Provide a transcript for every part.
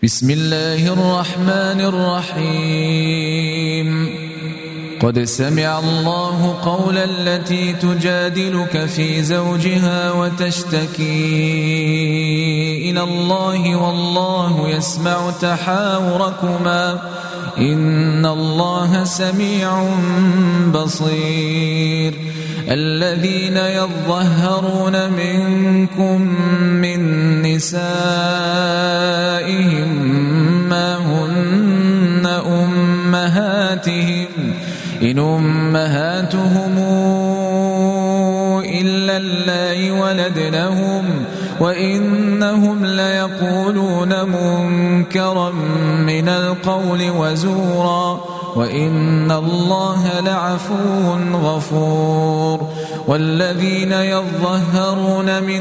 بسم الله الرحمن الرحيم قد سمع الله قول التي تجادلك في زوجها وتشتكي إلى الله والله يسمع تحاوركما إن الله سميع بصير الذين يظهرون منكم من نسائهم ما هن أمهاتهم إن أمهاتهم إلا اللائي ولدنهم وإنهم ليقولون منكرا من القول وزورا وإن الله لعفو غفور والذين يظهرون من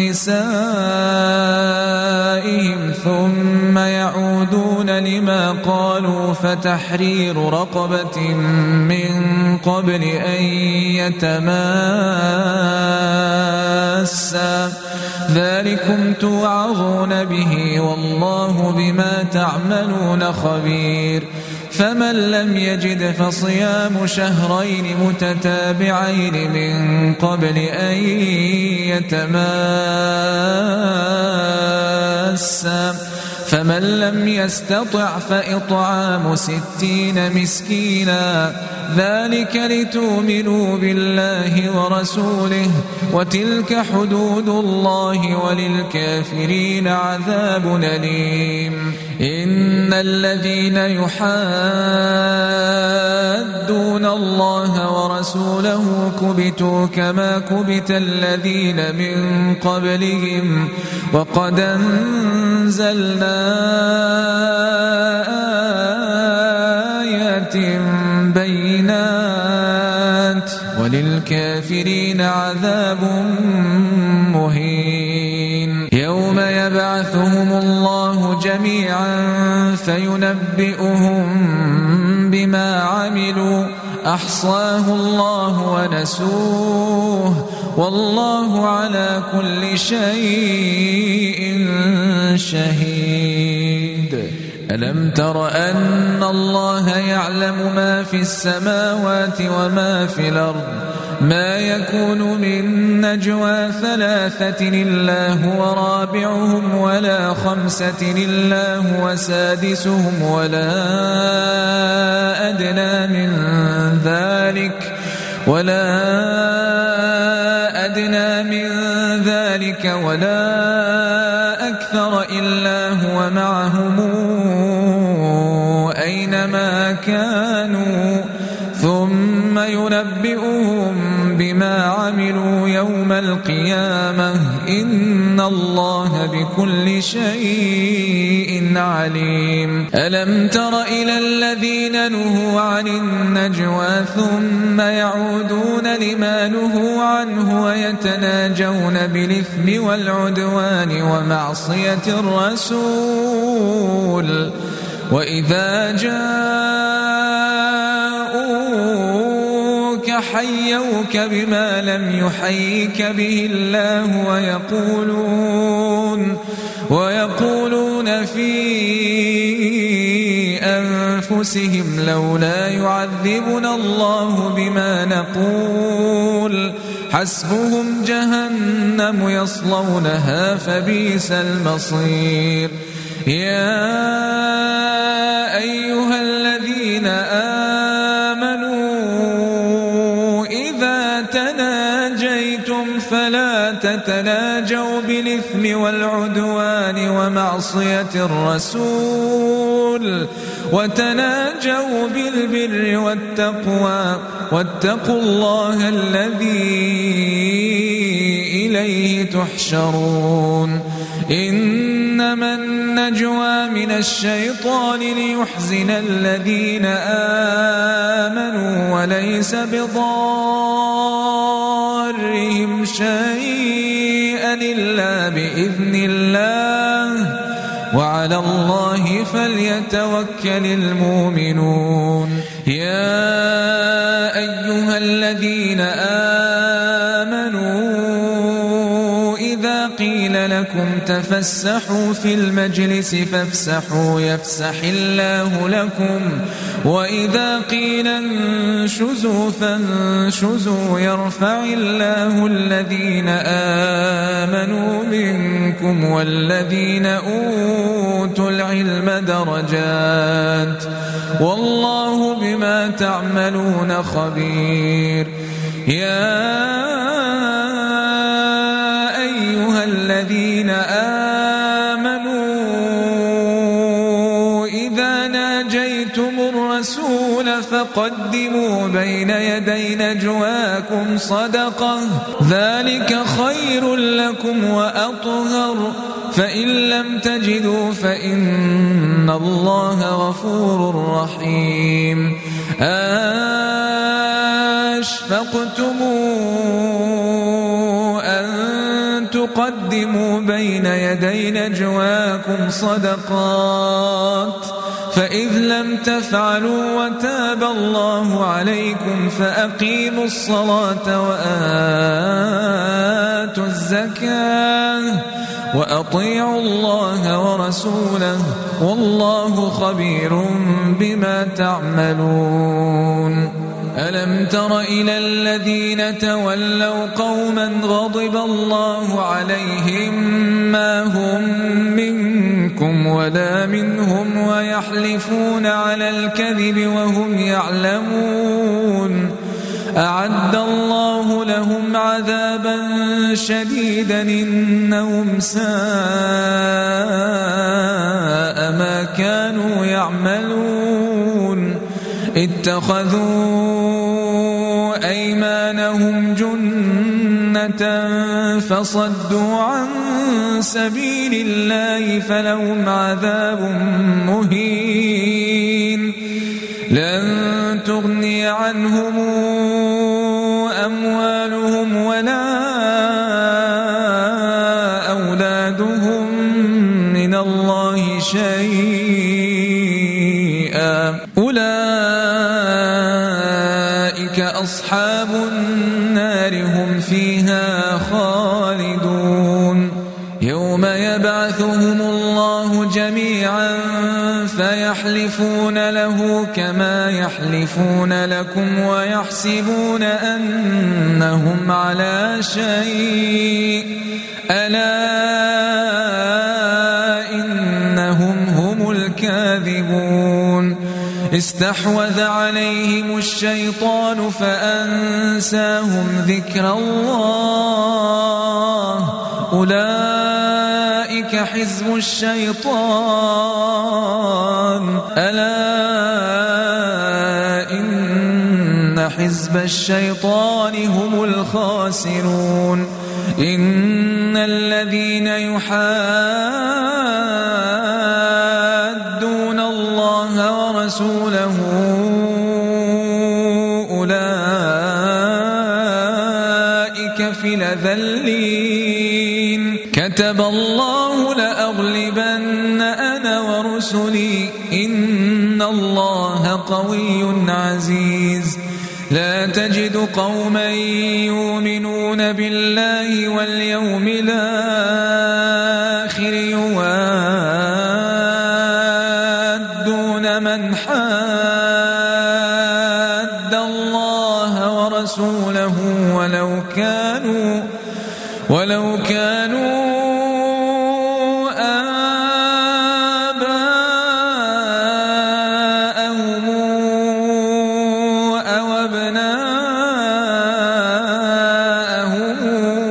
نسائهم ثم يعودون لما قالوا فتحرير رقبة من قبل أن يتماسا ذلكم توعظون به والله بما تعملون خبير فمن لم يجد فصيام شهرين متتابعين من قبل أن يتماسا فمن لم يستطع فإطعام 60 مسكينا ذلك لتؤمنوا بالله ورسوله وتلك حدود الله وللكافرين عذاب أليم إن الذين يحادون الله ورسوله كبتوا كما كبت الذين من قبلهم وقد أنزلنا آيات بينات وللكافرين عذاب مهين يوم يبعثهم الله جميعا فينبئهم بما عملوا أحصاه الله ونسوه والله على كل شيء شهيد ألم تر أن الله يعلم ما في السماوات وما في الأرض ما يكون من نجوى 3 إلا هو رابعهم ولا 5 إلا هو سادسهم ولا أدنى من ذلك ولا أكثر إلا هو معهم أينما كانوا ثم ينبئهم بما عملوا يوم القيامة إن الله بكل شيء عليم ألم تر إلى الذين نهوا عن النجوى ثم يعودون لما نهوا عنه ويتناجون بالإثم والعدوان ومعصية الرسول وإذا جاءوك حيوك بما لم يحيك به الله ويقولون في أنفسهم لولا يعذبنا الله بما نقول حسبهم جهنم يصلونها فبئس المصير يا أيها الذين آمنوا إذا تناجيتم فلا تتناجوا بالإثم والعدوان ومعصية الرسول وتناجوا بالبر والتقوى واتقوا الله الذي إليه تحشرون إنما النجوى من الشيطان ليحزن الذين آمنوا وليس بضارهم شيئا إلا بإذن الله وعلى الله فليتوكل المؤمنون يا أيها الذين آمنوا إذا قيل لكم تفسحوا في المجلس فافسحوا يفسح الله لكم وإذا قيل انشزوا فانشزوا يرفع الله الذين آمنوا منكم والذين أوتوا العلم درجات والله بما تعملون خبير. يا أيها الذين آمنوا إذا ناجيتم الرسول فقدموا بين يدي نجواكم صدقة ذلك خير لكم وأطهر فإن لم تجدوا فإن الله غفور رحيم. أشفقتم أن تقدموا بين يدي نجواكم صدقات فإذ لم تفعلوا وتاب الله عليكم فأقيموا الصلاة وآتوا الزكاة وأطيعوا الله ورسوله والله خبير بما تعملون. ألم تر إلى الذين تولوا قوما غضب الله عليهم ما هم منكم ولا منهم ويحلفون على الكذب وهم يعلمون أعد الله لهم عذابا شديدا إنهم ساء ما كانوا يعملون اتخذوا أيمانهم جنة فصدوا عن سبيل الله فلهم عذاب مهين لن تغني عنهم أموالهم ولا أولادهم من الله شيئا أولئك أصحاب النار هم فيها خالدون. يوم يبعثهم الله جميعا فيحلفون له كما يحلفون لكم ويحسبون أنهم على شيء ألا إنهم هم الكاذبون. استحوذ عليهم الشيطان فأنساهم ذكر الله أولئك حزب الشيطان ألا إن حزب الشيطان هم الخاسرون. إن الذين يحادون الله ورسوله أولئك في الأذلين كتب الله لأغلبن أنا ورسلي إن الله قوي عزيز. لا تجد قوما يؤمنون بالله واليوم الآخر يوادون من حاد الله ورسوله ولو كانوا آباءهم أو أبناءهم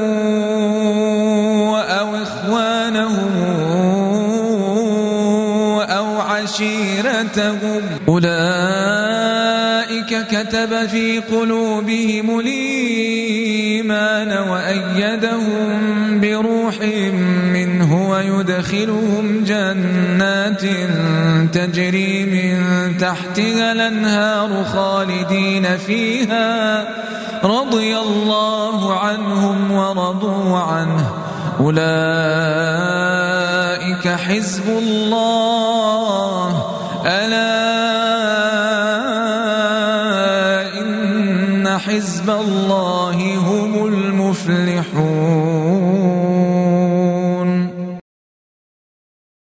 أو إخوانهم أو عشيرتهم أولئك كتب في قلوبهم الإيمان وأيدهم بروح منه ويدخلهم جنات تجري من تحتها الأنهار خالدين فيها رضي الله عنهم ورضوا عنه أولئك حزب الله ألا إن حزب الله هم المفلحون.